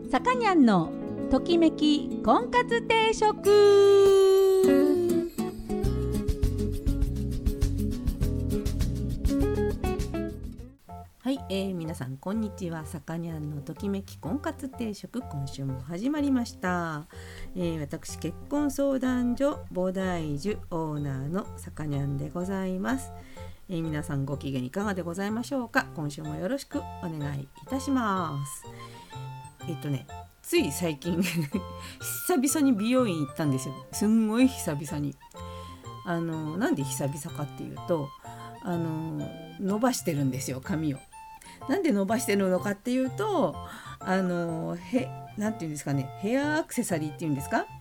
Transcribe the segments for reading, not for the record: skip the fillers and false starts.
さかにゃんのときめき婚活定食。はい、皆さんこんにちは。さかにゃんのときめき婚活定食、今週も始まりました。私結婚相談所菩提樹オーナーのさかにゃんでございます。皆さんご機嫌いかがでございましょうか。今週もよろしくお願いいたします。つい最近久々に美容院行ったんですよ。すんごい久々に。なんで久々かっていうと、伸ばしてるんですよ、髪を。なんで伸ばしてるのかっていうと、なんていうんですかね、ヘアアクセサリーっていうんですか、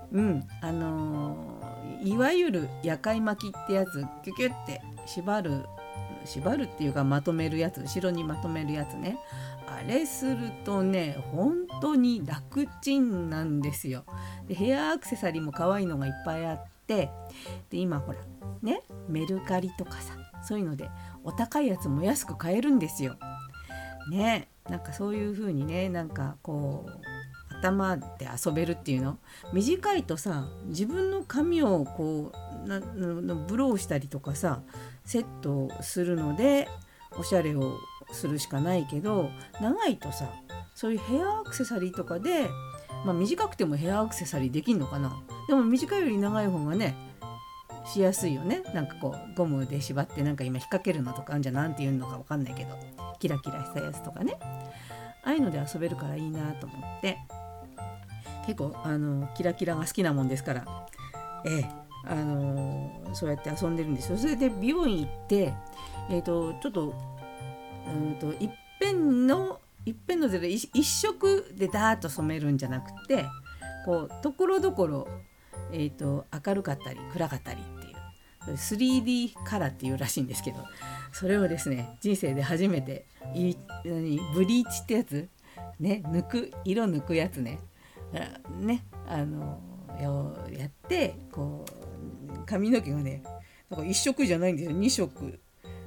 いわゆる夜会巻きってやつ、キュキュって縛るっていうか、まとめるやつ、後ろにまとめるやつね。あれするとね、本当に楽ちんなんですよ。でヘアアクセサリーも可愛いのがいっぱいあって、で今ほらね、メルカリとかさ、そういうのでお高いやつも安く買えるんですよね。なんかそういう風にね、なんかこう頭で遊べるっていうの、短いとさ、自分の髪をこうブローしたりとかさ、セットするのでおしゃれをするしかないけど、長いとさ、そういうヘアアクセサリーとかで、短くてもヘアアクセサリーできんのかな。でも短いより長い方がねしやすいよね。なんかこうゴムで縛って、なんか今引っ掛けるのとかあんじゃん、なんていうのか分かんないけど、キラキラしたやつとかね、ああいうので遊べるからいいなと思って、結構キラキラが好きなもんですから、そうやって遊んでるんですよ。それで美容院行って、ちょっといっぺんの一色でダーッと染めるんじゃなくて、こうところどころ、明るかったり暗かったりっていう 3D カラーっていうらしいんですけど、それをですね、人生で初めてブリーチってやつね、色抜くやつね、やって、こう髪の毛がね、なんか一色じゃないんですよ、二色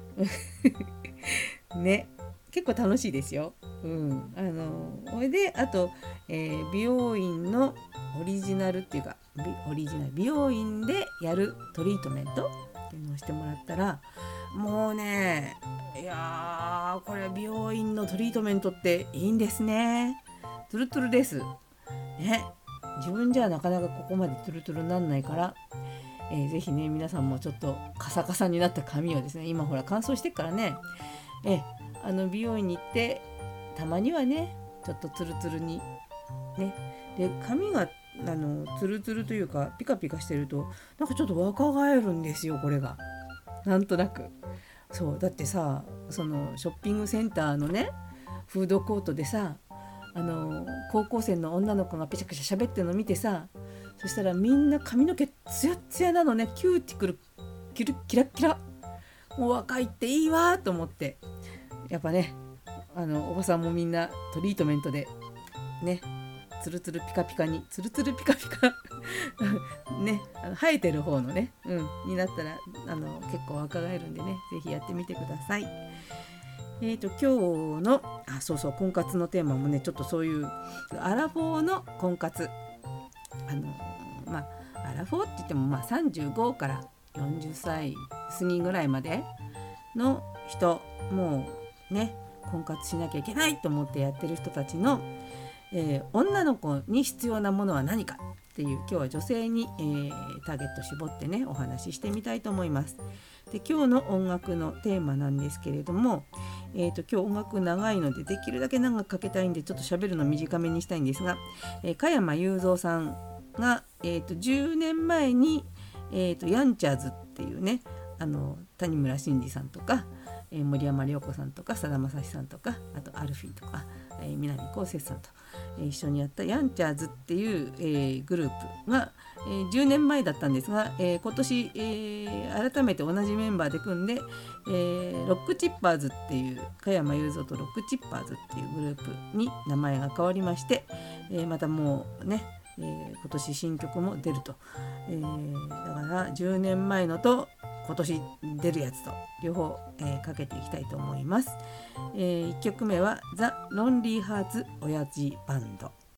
ね、結構楽しいですよ。それであと、美容院のオリジナルっていうか、美容院でやるトリートメントっていうのをしてもらったら、もうね、いやー、これ美容院のトリートメントっていいんですね。トゥルトゥルですね。自分じゃなかなかここまでトゥルトゥルになんないから、ぜひね、皆さんもちょっとカサカサになった髪をですね、今ほら乾燥してっからね、美容院に行ってたまにはね、ちょっとツルツルにね、で髪がツルツルというかピカピカしてると、なんかちょっと若返るんですよ、これがなんとなく。そうだってさ、そのショッピングセンターのねフードコートでさ、高校生の女の子がペシャペシャ喋ってるの見てさ、そしたらみんな髪の毛ツヤツヤなのね、キューティクルキラッキラ、もう若いっていいわと思って、やっぱね、おばさんもみんなトリートメントでね、ツルツルピカピカに、ツルツルピカピカね、生えてる方のね、になったら結構若返るんでね、ぜひやってみてください。今日の婚活のテーマもね、ちょっとそういうアラフォーの婚活、アラフォーって言っても35から40歳過ぎぐらいまでの人、もうね、婚活しなきゃいけないと思ってやってる人たちの、女の子に必要なものは何かっていう、今日は女性に、ターゲット絞ってね、お話ししてみたいと思います。で、今日の音楽のテーマなんですけれども、今日音楽長いのでできるだけ長くかけたいんで、ちょっと喋るの短めにしたいんですが、加山雄三さんが、10年前に、ヤンチャーズっていうね、谷村新司さんとか、森山良子さんとか、さだまさしさんとか、あとアルフィーとか、南こうせつさんと、一緒にやったヤンチャーズっていう、グループが、10年前だったんですが、今年、改めて同じメンバーで組んで、ロックチッパーズっていう、加山雄三とロックチッパーズっていうグループに名前が変わりまして、またもうね、今年新曲も出ると、だから10年前のと今年出るやつと両方、かけていきたいと思います。1曲目はザ・ロンリーハーツ親父バンド。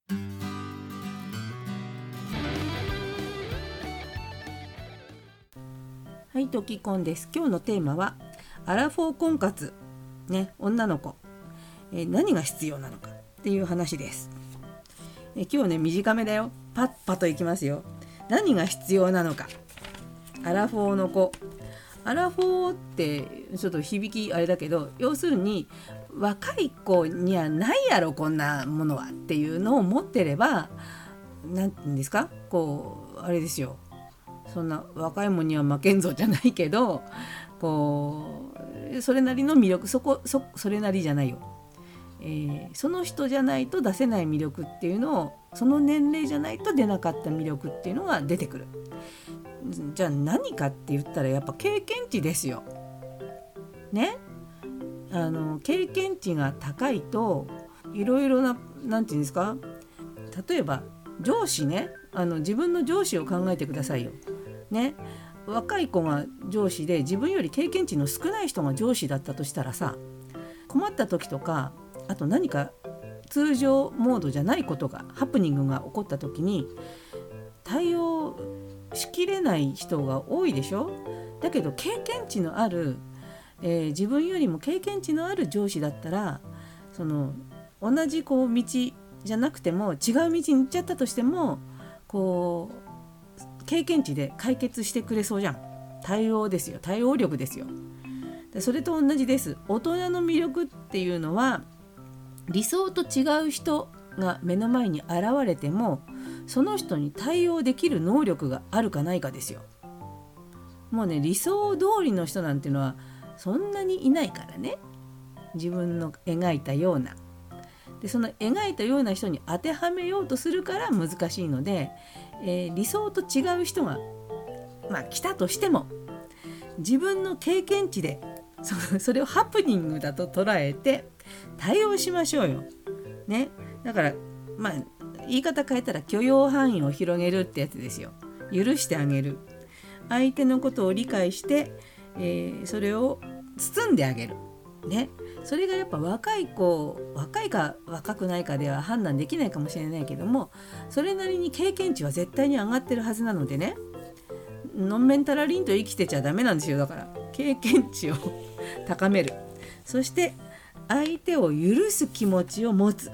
はい、トキコンです。今日のテーマはアラフォー婚活、ね、女の子、何が必要なのかっていう話です。今日ね、短めだよ。パッパといきますよ。何が必要なのか。アラフォーの子。アラフォーってちょっと響きあれだけど、要するに若い子にはないやろこんなものはっていうのを持ってれば、なんていうんですか、こうあれですよ。そんな若いもんには負けんぞじゃないけど、こうそれなりの魅力、それなりじゃないよ、その人じゃないと出せない魅力っていうのを、その年齢じゃないと出なかった魅力っていうのが出てくる。じゃあ何かって言ったらやっぱ経験値ですよ。ね、経験値が高いといろいろな、なんていうんですか、例えば上司ね、自分の上司を考えてくださいよ。ね、若い子が上司で自分より経験値の少ない人が上司だったとしたらさ、困った時とか、あと何か通常モードじゃないことが、ハプニングが起こった時に対応しきれない人が多いでしょ。だけど経験値のある、自分よりも経験値のある上司だったら、その同じこう道じゃなくても違う道に行っちゃったとしても、こう経験値で解決してくれそうじゃん。対応ですよ。対応力ですよ。でそれと同じです。大人の魅力っていうのは、理想と違う人が目の前に現れてもその人に対応できる能力があるかないかですよ。もうね、理想通りの人なんていうのはそんなにいないからね。自分の描いたようなで、その描いたような人に当てはめようとするから難しいので、理想と違う人が、来たとしても自分の経験値でそれをハプニングだと捉えて対応しましょうよ。ね、だから言い方変えたら許容範囲を広げるってやつですよ。許してあげる。相手のことを理解して、それを包んであげる。ね、それがやっぱ若いか若くないかでは判断できないかもしれないけども、それなりに経験値は絶対に上がってるはずなのでね、のんべんたらりんと生きてちゃダメなんですよ。だから経験値を高める。そして相手を許す気持ちを持つ。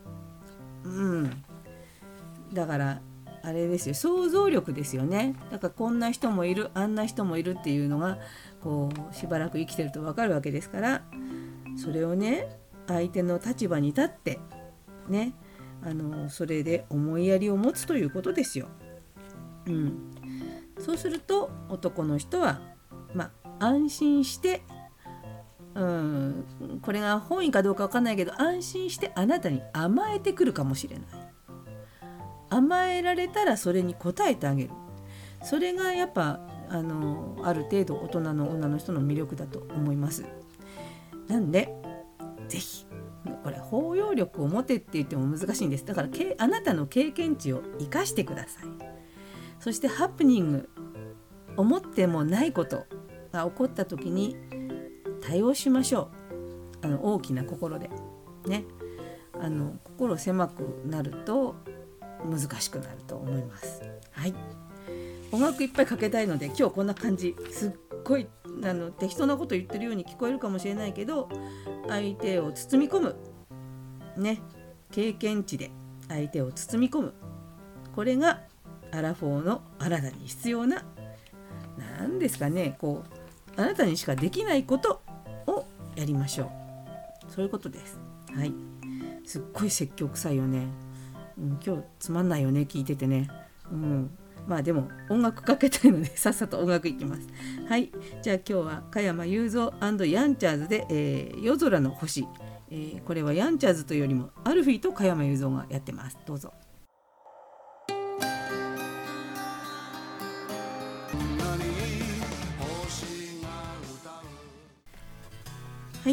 だからあれですよ、想像力ですよね。だからこんな人もいる、あんな人もいるっていうのがこうしばらく生きてると分かるわけですから、それをね、相手の立場に立ってね、それで思いやりを持つということですよ。そうすると男の人は安心して、これが本意かどうか分かんないけど、安心してあなたに甘えてくるかもしれない。甘えられたらそれに応えてあげる。それがやっぱある程度大人の女の人の魅力だと思います。なんでぜひ、これ包容力を持てって言っても難しいんです。だからあなたの経験値を生かしてください。そしてハプニング、思ってもないことが起こった時に対応しましょう。大きな心でね。心狭くなると難しくなると思います。はい、音楽いっぱいかけたいので今日こんな感じ。すっごい適当なこと言ってるように聞こえるかもしれないけど、相手を包み込むね、経験値で相手を包み込む、これがアラフォーのあなたに必要な、なんですかね、こうあなたにしかできないことをやりましょう。そういうことです。はい、すっごい説教臭いよね。今日つまんないよね、聞いててね。でも音楽かけたいのでさっさと音楽いきます。はい、じゃあ今日は加山雄三&ヤンチャーズで、夜空の星、これはヤンチャーズというよりもアルフィーと加山雄三がやってます。どうぞ。はい、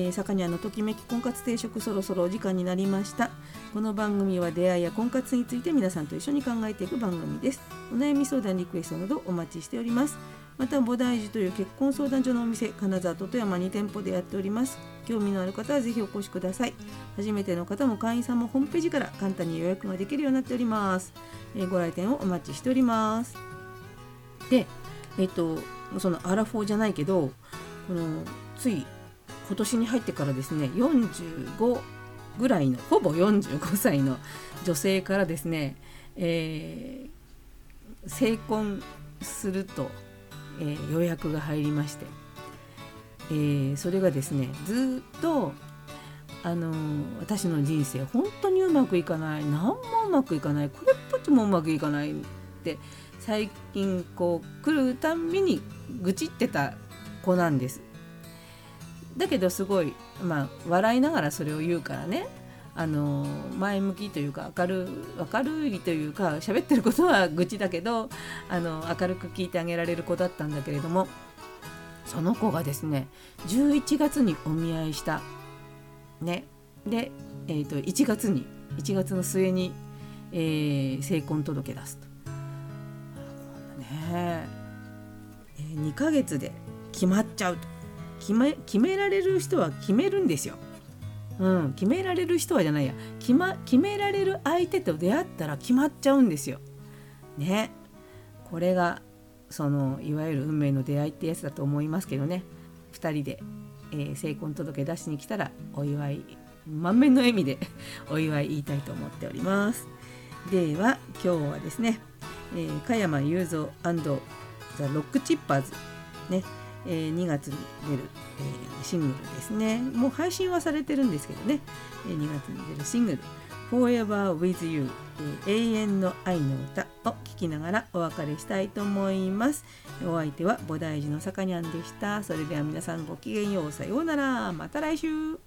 さかにゃんのときめき婚活定食、そろそろお時間になりました。この番組は出会いや婚活について皆さんと一緒に考えていく番組です。お悩み相談、リクエストなどお待ちしております。 また菩提寺という結婚相談所のお店、金沢と富山2店舗でやっております。興味のある方はぜひお越しください。初めての方も会員さんもホームページから簡単に予約ができるようになっております。ご来店をお待ちしております。で、そのアラフォーじゃないけど、つい今年に入ってからですね、45ぐらいのほぼ45歳の女性からですね、成婚すると、予約が入りまして、それがですね、ずっと私の人生本当にうまくいかない、何もうまくいかない、これっぽっちもうまくいかないって最近こう来るたんびに愚痴ってた子なんです。だけどすごい、笑いながらそれを言うからね、前向きというか明るいというか、喋ってることは愚痴だけど明るく聞いてあげられる子だったんだけれども、その子がですね11月にお見合いしたね。で、1月の末に、成婚届出すと、ね、2ヶ月で決まっちゃうと。決められる人は決めるんですよ。決められる人はじゃないや、決められる相手と出会ったら決まっちゃうんですよ。ね、これがそのいわゆる運命の出会いってやつだと思いますけどね。2人で、成婚届出しに来たらお祝い、満面の笑みでお祝い言いたいと思っております。では今日はですね、加山雄三&ザ・ロックチッパーズね、2月に出る、シングルですね。もう配信はされてるんですけどね、2月に出るシングル Forever with You、永遠の愛の歌を聴きながらお別れしたいと思います。お相手は菩提寺のさかにゃんでした。それでは皆さんごきげんよう、さようなら、また来週。